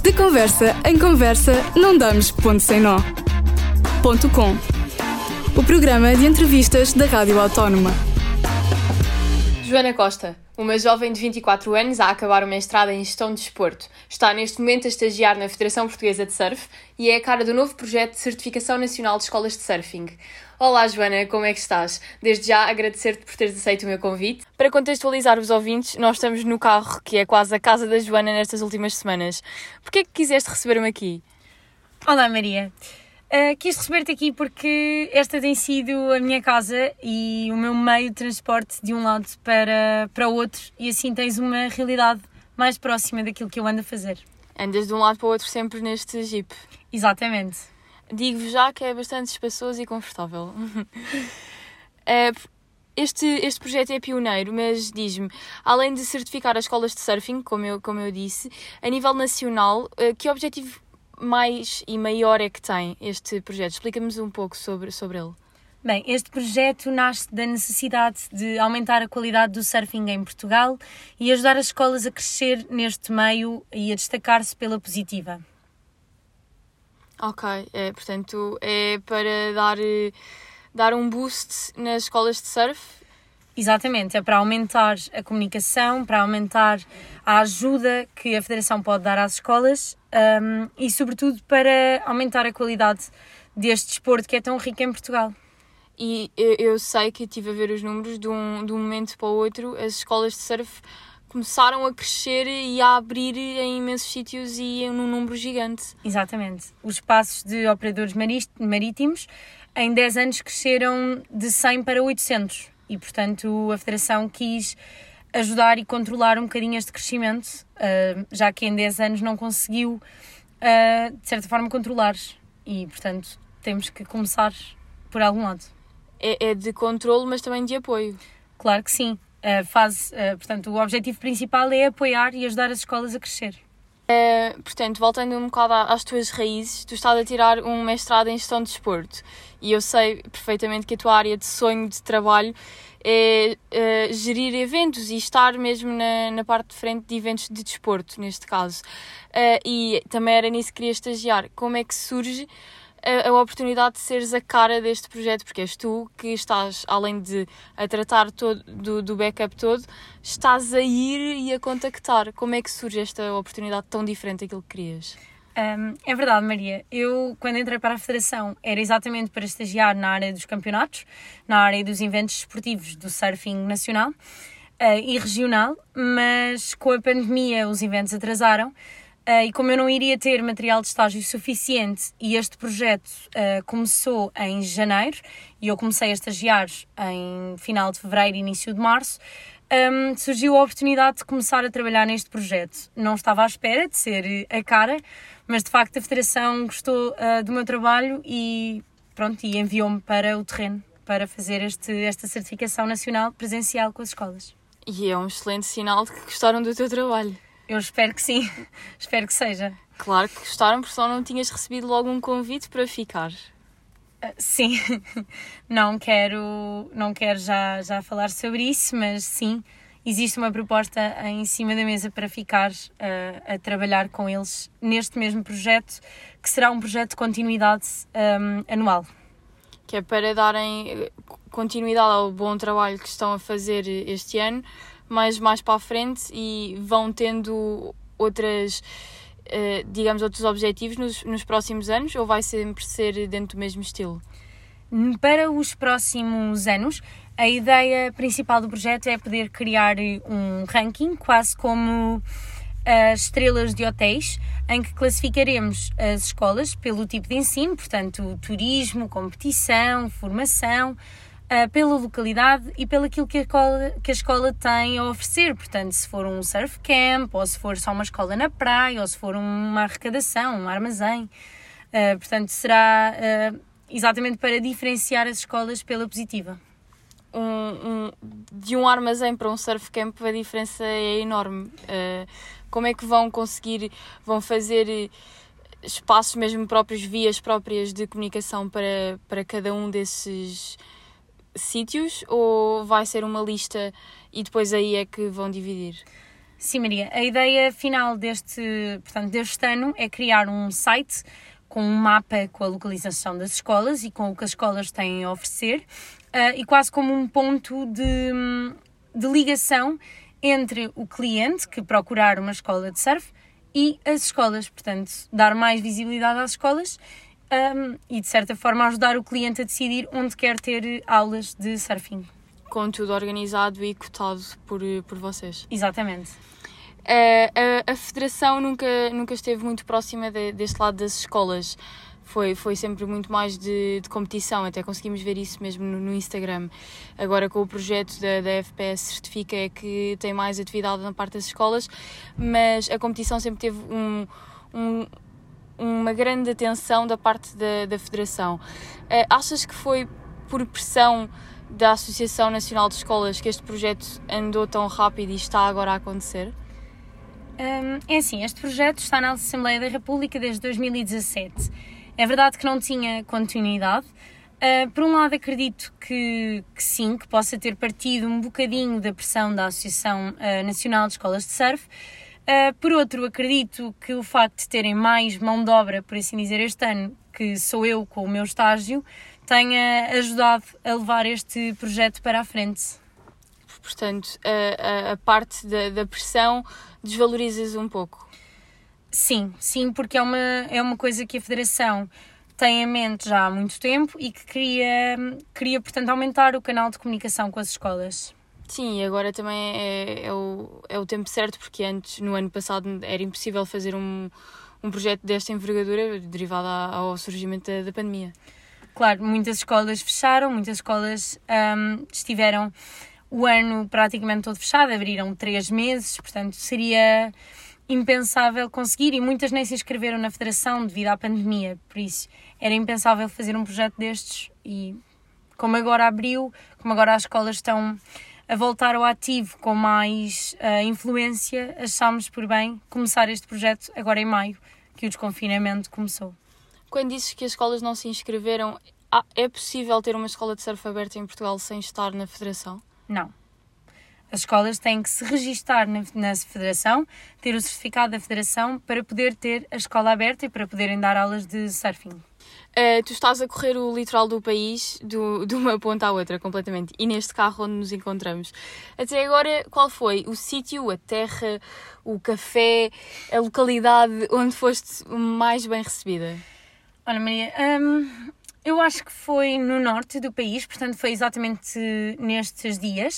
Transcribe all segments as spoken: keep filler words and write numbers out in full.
De conversa em conversa, não damos ponto sem nó. Ponto com. O programa de entrevistas da Rádio Autónoma. Joana Costa, uma jovem de vinte e quatro anos a acabar o mestrado em Gestão de Desporto. Está neste momento a estagiar na Federação Portuguesa de Surf e é a cara do novo projeto de Certificação Nacional de Escolas de Surfing. Olá Joana, como é que estás? Desde já agradecer-te por teres aceito o meu convite. Para contextualizar os ouvintes, nós estamos no carro, que é quase a casa da Joana nestas últimas semanas. Porquê é que quiseste receber-me aqui? Olá Maria, uh, quis receber-te aqui porque esta tem sido a minha casa e o meu meio de transporte de um lado para, para o outro, e assim tens uma realidade mais próxima daquilo que eu ando a fazer. Andas de um lado para o outro sempre neste Jeep. Exatamente. Digo-vos já que é bastante espaçoso e confortável. este, este projeto é pioneiro, mas diz-me, além de certificar as escolas de surfing, como eu, como eu disse, a nível nacional, que objetivo mais e maior é que tem este projeto? Explica-nos um pouco sobre, sobre ele. Bem, este projeto nasce da necessidade de aumentar a qualidade do surfing em Portugal e ajudar as escolas a crescer neste meio e a destacar-se pela positiva. Ok, é, portanto, é para dar, dar um boost nas escolas de surf? Exatamente, é para aumentar a comunicação, para aumentar a ajuda que a Federação pode dar às escolas um, e, sobretudo, para aumentar a qualidade deste desporto que é tão rico em Portugal. E eu, eu sei que estive a ver os números de um, de um momento para o outro, as escolas de surf começaram a crescer e a abrir em imensos sítios e num número gigante. Exatamente. Os espaços de operadores marítimos em dez anos cresceram de cem para oitocentos e, portanto, a Federação quis ajudar e controlar um bocadinho este crescimento, já que em dez anos não conseguiu, de certa forma, controlar. E, portanto, temos que começar por algum lado. É, é de controle, mas também de apoio. Claro que sim. Uh, faz, uh, portanto, o objetivo principal é apoiar e ajudar as escolas a crescer. Uh, portanto, voltando um bocado às tuas raízes, tu estás a tirar um mestrado em Gestão de Desporto e eu sei perfeitamente que a tua área de sonho de trabalho é uh, gerir eventos e estar mesmo na, na parte de frente de eventos de desporto, neste caso. Uh, e também era nisso que queria estagiar. Como é que surge a, a oportunidade de seres a cara deste projeto? Porque és tu que estás, além de a tratar todo, do, do backup todo, estás a ir e a contactar. Como é que surge esta oportunidade tão diferente daquilo que querias? Um, é verdade, Maria. Eu, quando entrei para a Federação, era exatamente para estagiar na área dos campeonatos, na área dos eventos esportivos do surfing nacional uh, e regional, mas com a pandemia os eventos atrasaram. Uh, e como eu não iria ter material de estágio suficiente e este projeto uh, começou em janeiro e eu comecei a estagiar em final de fevereiro e início de março, um, surgiu a oportunidade de começar a trabalhar neste projeto. Não estava à espera de ser a cara, mas de facto a Federação gostou uh, do meu trabalho e, pronto, e enviou-me para o terreno para fazer este, esta certificação nacional presencial com as escolas. E é um excelente sinal de que gostaram do teu trabalho. Eu espero que sim, espero que seja. Claro que gostaram, porque só não tinhas recebido logo um convite para ficar. Uh, sim, não quero, não quero já, já falar sobre isso, mas sim, existe uma proposta em cima da mesa para ficar uh, a trabalhar com eles neste mesmo projeto, que será um projeto de continuidade um, anual. Que é para darem continuidade ao bom trabalho que estão a fazer este ano, mas mais para a frente, e vão tendo outras, uh, digamos, outros objetivos nos, nos próximos anos, ou vai sempre ser dentro do mesmo estilo? Para os próximos anos, a ideia principal do projeto é poder criar um ranking, quase como as estrelas de hotéis, em que classificaremos as escolas pelo tipo de ensino, portanto, turismo, competição, formação, Uh, pela localidade e pelo aquilo que a, escola, que a escola tem a oferecer. Portanto, se for um surf camp, ou se for só uma escola na praia, ou se for uma arrecadação, um armazém. Uh, portanto, será uh, exatamente para diferenciar as escolas pela positiva. Um, um, de um armazém para um surf camp a diferença é enorme. Uh, como é que vão conseguir, vão fazer espaços mesmo próprios, vias próprias de comunicação para, para cada um desses sítios, ou vai ser uma lista e depois aí é que vão dividir? Sim, Maria. A ideia final deste, portanto, deste ano é criar um site com um mapa com a localização das escolas e com o que as escolas têm a oferecer, uh, e quase como um ponto de, de ligação entre o cliente que procurar uma escola de surf e as escolas, portanto, dar mais visibilidade às escolas um, e, de certa forma, ajudar o cliente a decidir onde quer ter aulas de surfing. Com tudo organizado e cotado por, por vocês. Exatamente. A, a, a Federação nunca, nunca esteve muito próxima de, deste lado das escolas. Foi, foi sempre muito mais de, de competição, até conseguimos ver isso mesmo no, no Instagram. Agora, com o projeto da, da F P S Certifica, é que tem mais atividade na parte das escolas, mas a competição sempre teve um, um, uma grande atenção da parte da, da Federação. Uh, achas que foi por pressão da Associação Nacional de Escolas que este projeto andou tão rápido e está agora a acontecer? Um, é assim, este projeto está na Assembleia da República desde dois mil e dezassete. É verdade que não tinha continuidade. Uh, por um lado, acredito que, que sim, que possa ter partido um bocadinho da pressão da Associação uh, Nacional de Escolas de Surf. Uh, por outro, acredito que o facto de terem mais mão de obra, por assim dizer, este ano, que sou eu com o meu estágio, tenha ajudado a levar este projeto para a frente. Portanto, a, a, a parte da, da pressão desvalorizas um pouco? Sim, sim, porque é uma, é uma coisa que a Federação tem em mente já há muito tempo e que queria, queria, portanto, aumentar o canal de comunicação com as escolas. Sim, e agora também é, é, o, é o tempo certo, porque antes, no ano passado, era impossível fazer um, um projeto desta envergadura derivado ao surgimento da, da pandemia. Claro, muitas escolas fecharam, muitas escolas um, estiveram o ano praticamente todo fechado, abriram três meses, portanto seria impensável conseguir, e muitas nem se inscreveram na Federação devido à pandemia, por isso era impensável fazer um projeto destes, e como agora abriu, como agora as escolas estão a voltar ao ativo com mais uh, influência, achámos por bem começar este projeto agora em maio, que o desconfinamento começou. Quando dizes que as escolas não se inscreveram, é possível ter uma escola de surf aberta em Portugal sem estar na Federação? Não. As escolas têm que se registar na, na Federação, ter o certificado da Federação para poder ter a escola aberta e para poderem dar aulas de surfing. Uh, tu estás a correr o litoral do país do, de uma ponta à outra, completamente. E neste carro onde nos encontramos. Até agora, qual foi o sítio, a terra, o café, a localidade onde foste mais bem recebida? Olha, Maria, hum, eu acho que foi no norte do país, portanto foi exatamente nestes dias.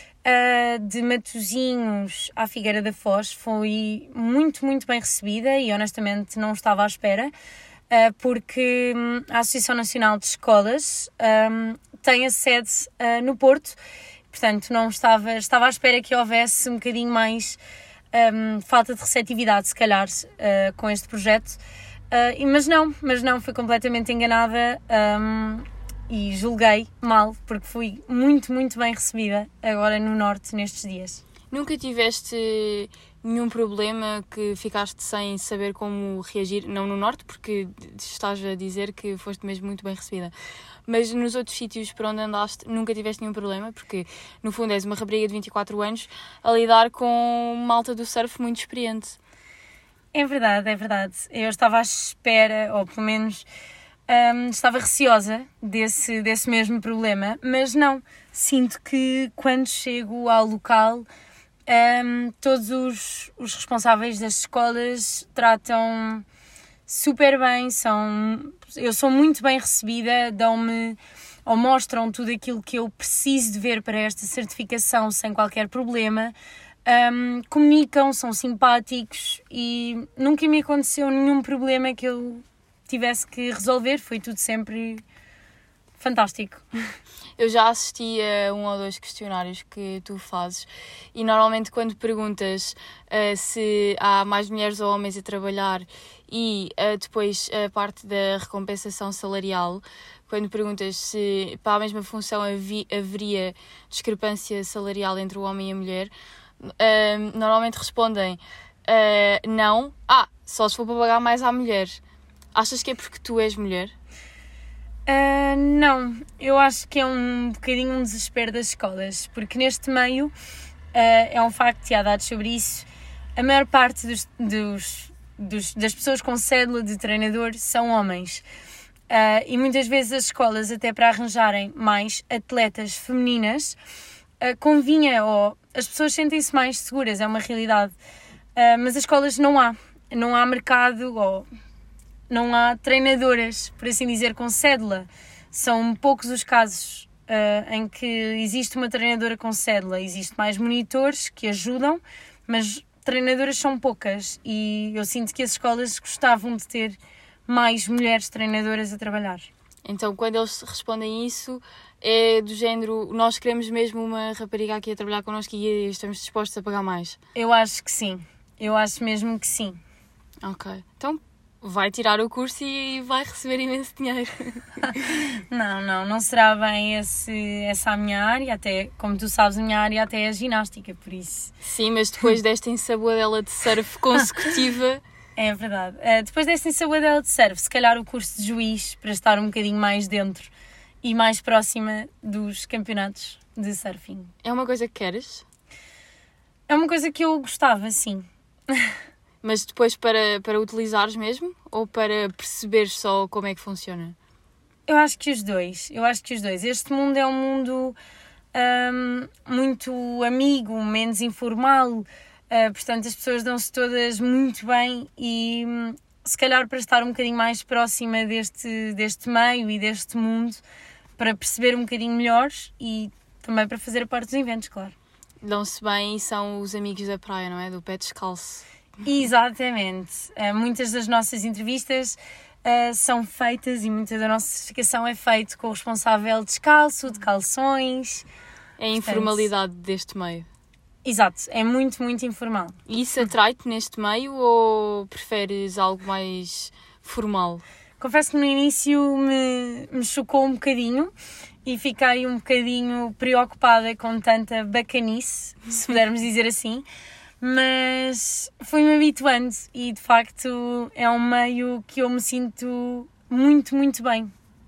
Uh, de Matosinhos à Figueira da Foz, foi muito, muito bem recebida e honestamente não estava à espera, uh, porque um, a Associação Nacional de Escolas um, tem a sede uh, no Porto, portanto não estava, estava à espera que houvesse um bocadinho mais um, falta de receptividade, se calhar, uh, com este projeto, uh, mas não, mas não, fui completamente enganada. Um, E julguei mal, porque fui muito, muito bem recebida agora no Norte nestes dias. Nunca tiveste nenhum problema que ficaste sem saber como reagir? Não no Norte, porque estás a dizer que foste mesmo muito bem recebida. Mas nos outros sítios por onde andaste, nunca tiveste nenhum problema? Porque, no fundo, és uma rapariga de vinte e quatro anos a lidar com malta do surf muito experiente. É verdade, é verdade. Eu estava à espera, ou pelo menos... Um, estava receosa desse, desse mesmo problema, mas não, sinto que quando chego ao local um, todos os, os responsáveis das escolas tratam super bem, são, eu sou muito bem recebida, dão-me ou mostram tudo aquilo que eu preciso de ver para esta certificação sem qualquer problema, um, comunicam, são simpáticos e nunca me aconteceu nenhum problema que eu tivesse que resolver, foi tudo sempre fantástico. Eu já assisti a um ou dois questionários que tu fazes e normalmente quando perguntas uh, se há mais mulheres ou homens a trabalhar e uh, depois a parte da recompensação salarial, quando perguntas se para a mesma função havi, haveria discrepância salarial entre o homem e a mulher, uh, normalmente respondem uh, não, ah, só se for para pagar mais à mulher. Achas que é porque tu és mulher? Uh, não, eu acho que é um bocadinho um desespero das escolas, porque neste meio uh, é um facto, e há dados sobre isso, a maior parte dos, dos, dos, das pessoas com cédula de treinador são homens. Uh, e muitas vezes as escolas, até para arranjarem mais atletas femininas, uh, convinha, ou as pessoas sentem-se mais seguras, é uma realidade. Uh, mas as escolas não há. Não há mercado, ou não há treinadoras, por assim dizer, com cédula. São poucos os casos uh, em que existe uma treinadora com cédula. Existe mais monitores que ajudam, mas treinadoras são poucas. E eu sinto que as escolas gostavam de ter mais mulheres treinadoras a trabalhar. Então, quando eles respondem isso, é do género, nós queremos mesmo uma rapariga aqui a trabalhar connosco e estamos dispostos a pagar mais? Eu acho que sim. Eu acho mesmo que sim. Ok. Então, vai tirar o curso e vai receber imenso dinheiro. Não, não. Não será bem esse, essa a minha área. Até, como tu sabes, a minha área até é a ginástica, por isso. Sim, mas depois desta ensaboadela de surf consecutiva... É verdade. Uh, depois desta ensaboadela de surf, se calhar o curso de juiz, para estar um bocadinho mais dentro e mais próxima dos campeonatos de surfing. É uma coisa que queres? É uma coisa que eu gostava, sim. Mas depois para, para utilizares mesmo? Ou para perceberes só como é que funciona? Eu acho que os dois. Eu acho que os dois. Este mundo é um mundo um, muito amigo, menos informal. Uh, portanto, as pessoas dão-se todas muito bem e um, se calhar para estar um bocadinho mais próxima deste, deste meio e deste mundo, para perceber um bocadinho melhor e também para fazer parte dos eventos, claro. Dão-se bem e são os amigos da praia, não é? Do pé descalço. Exatamente. Uh, muitas das nossas entrevistas uh, são feitas e muita da nossa certificação é feita com o responsável descalço, de calções. É a informalidade Portanto, deste meio. Exato, é muito, muito informal. E isso atrai-te neste meio ou preferes algo mais formal? Confesso que no início me, me chocou um bocadinho e fiquei um bocadinho preocupada com tanta bacanice, se pudermos dizer assim, mas fui-me habituando e de facto é um meio que eu me sinto muito, muito bem.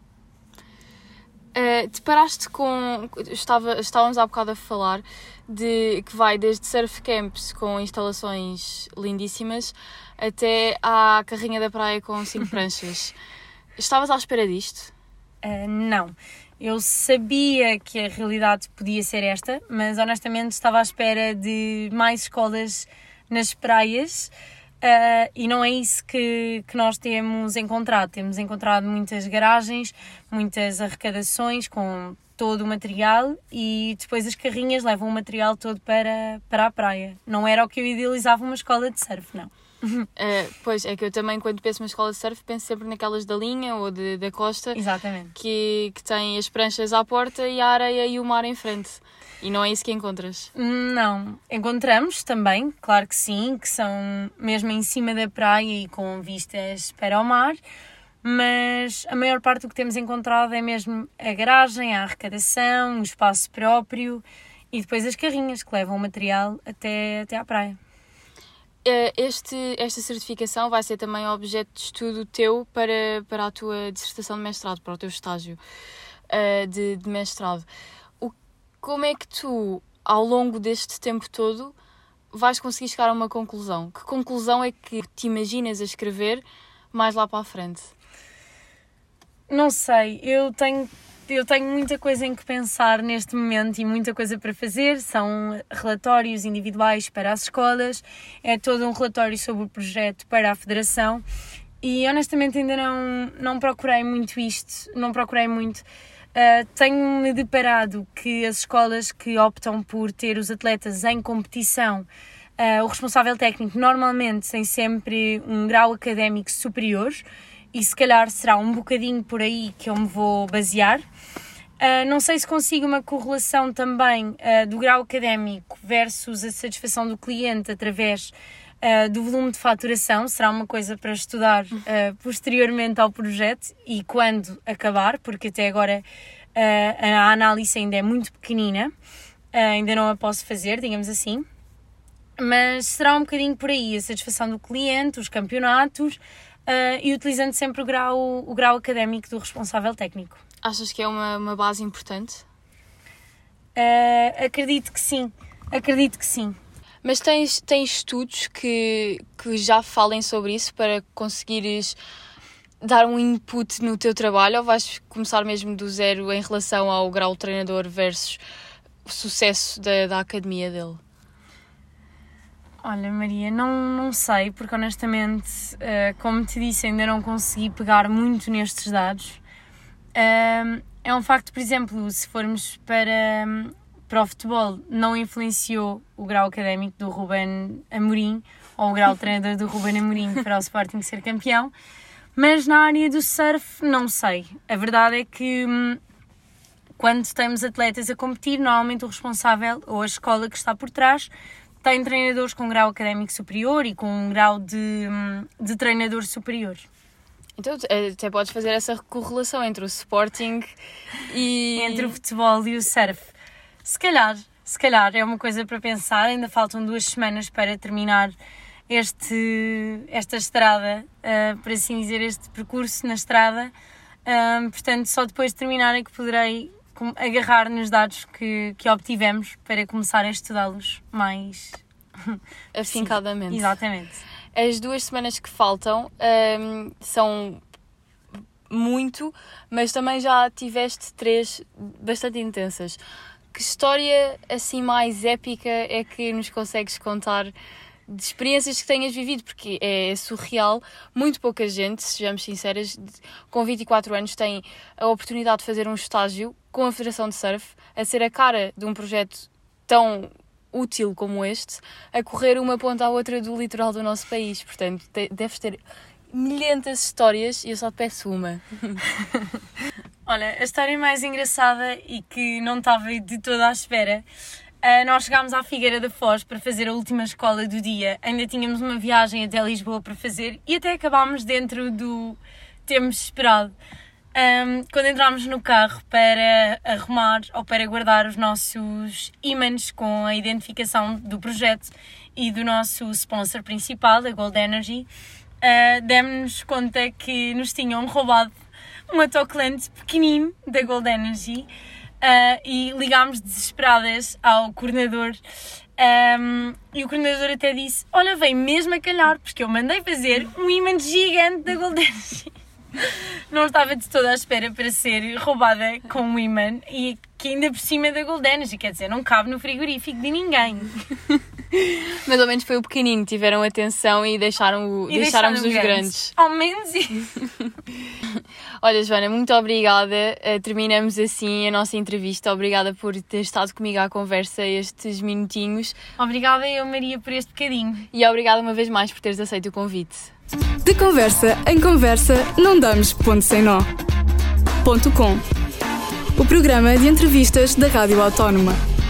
Uh, te paraste com... Estava, estávamos há bocado a falar de que vai desde surf camps com instalações lindíssimas até à carrinha da praia com cinco pranchas. Estavas à espera disto? Uh, não. Eu sabia que a realidade podia ser esta, mas honestamente estava à espera de mais escolas nas praias. Uh, e não é isso que, que nós temos encontrado. Temos encontrado muitas garagens, muitas arrecadações com todo o material e depois as carrinhas levam o material todo para, para a praia. Não era o que eu idealizava uma escola de surf, não. Uh, pois, é que eu também quando penso numa escola de surf penso sempre naquelas da linha ou de, da costa. Exatamente. Que, que têm as pranchas à porta e a areia e o mar em frente. E não é isso que encontras? Não. Encontramos também, claro que sim, que são mesmo em cima da praia e com vistas para o mar, mas a maior parte do que temos encontrado é mesmo a garagem, a arrecadação, o espaço próprio e depois as carrinhas que levam o material até, até à praia. Este, esta certificação vai ser também objeto de estudo teu para, para a tua dissertação de mestrado, para o teu estágio uh, de, de mestrado. Como é que tu, ao longo deste tempo todo, vais conseguir chegar a uma conclusão? Que conclusão é que te imaginas a escrever mais lá para a frente? Não sei, eu tenho, eu tenho muita coisa em que pensar neste momento e muita coisa para fazer. São relatórios individuais para as escolas, é todo um relatório sobre o projeto para a Federação e honestamente ainda não, não procurei muito isto, não procurei muito. Uh, tenho-me deparado que as escolas que optam por ter os atletas em competição, uh, o responsável técnico normalmente tem sempre um grau académico superior e se calhar será um bocadinho por aí que eu me vou basear. Uh, não sei se consigo uma correlação também uh, do grau académico versus a satisfação do cliente através uh, do volume de faturação. Será uma coisa para estudar uh, posteriormente ao projeto e quando acabar, porque até agora uh, a análise ainda é muito pequenina, uh, ainda não a posso fazer, digamos assim. Mas será um bocadinho por aí, a satisfação do cliente, os campeonatos uh, e utilizando sempre o grau, o grau académico do responsável técnico. Achas que é uma, uma base importante? Uh, acredito que sim, acredito que sim. Mas tens, tens estudos que, que já falem sobre isso para conseguires dar um input no teu trabalho, ou vais começar mesmo do zero em relação ao grau de treinador versus o sucesso da, da academia dele? Olha, Maria, não, não sei, porque honestamente, como te disse, ainda não consegui pegar muito nestes dados. É um facto, por exemplo, se formos para, para o futebol, não influenciou o grau académico do Ruben Amorim, ou o grau de treinador do Ruben Amorim para o Sporting ser campeão. Mas na área do surf, não sei. A verdade é que quando temos atletas a competir, normalmente o responsável ou a escola que está por trás tem treinadores com grau académico superior e com um grau de, de treinador superior. Então até podes fazer essa correlação entre o Sporting e... Entre o futebol e o surf. Se calhar, se calhar é uma coisa para pensar. Ainda faltam duas semanas para terminar Este, esta estrada, uh, por assim dizer, este percurso na estrada. Uh, portanto, só depois de terminar é que poderei agarrar nos dados que, que obtivemos para começar a estudá-los mais afincadamente. Sim, exatamente. As duas semanas que faltam um, são muito, mas também já tiveste três bastante intensas. Que história assim mais épica é que nos consegues contar de experiências que tenhas vivido, porque é surreal, muito pouca gente, sejamos sinceras, com vinte e quatro anos tem a oportunidade de fazer um estágio com a Federação de Surf, a ser a cara de um projeto tão útil como este, a correr uma ponta à outra do litoral do nosso país. Portanto, te, deves ter milhentas histórias e eu só te peço uma. Olha, a história mais engraçada e que não estava de toda à espera. Uh, nós chegámos à Figueira da Foz para fazer a última escola do dia. Ainda tínhamos uma viagem até Lisboa para fazer e até acabámos dentro do tempo esperado. Um, quando entrámos no carro para arrumar ou para guardar os nossos ímãs com a identificação do projeto e do nosso sponsor principal, a Gold Energy, uh, demos-nos conta que nos tinham roubado um autocolante pequenino da Gold Energy. Uh, e ligámos desesperadas ao coordenador um, e o coordenador até disse: olha, vem mesmo a calhar, porque eu mandei fazer um ímã gigante da Gold Energy. Não estava de toda à espera para ser roubada com um ímã e que ainda por cima da Gold Energy, quer dizer, não cabe no frigorífico de ninguém. Mais ou menos foi o pequenino, tiveram atenção e deixaram o, e deixaram-nos deixaram os grandes. grandes. Ao menos isso. Olha, Joana, muito obrigada. Uh, terminamos assim a nossa entrevista. Obrigada por ter estado comigo à conversa estes minutinhos. Obrigada eu, Maria, por este bocadinho. E obrigada uma vez mais por teres aceito o convite. De conversa em conversa, não damos ponto sem nó. Ponto com. O programa de entrevistas da Rádio Autónoma.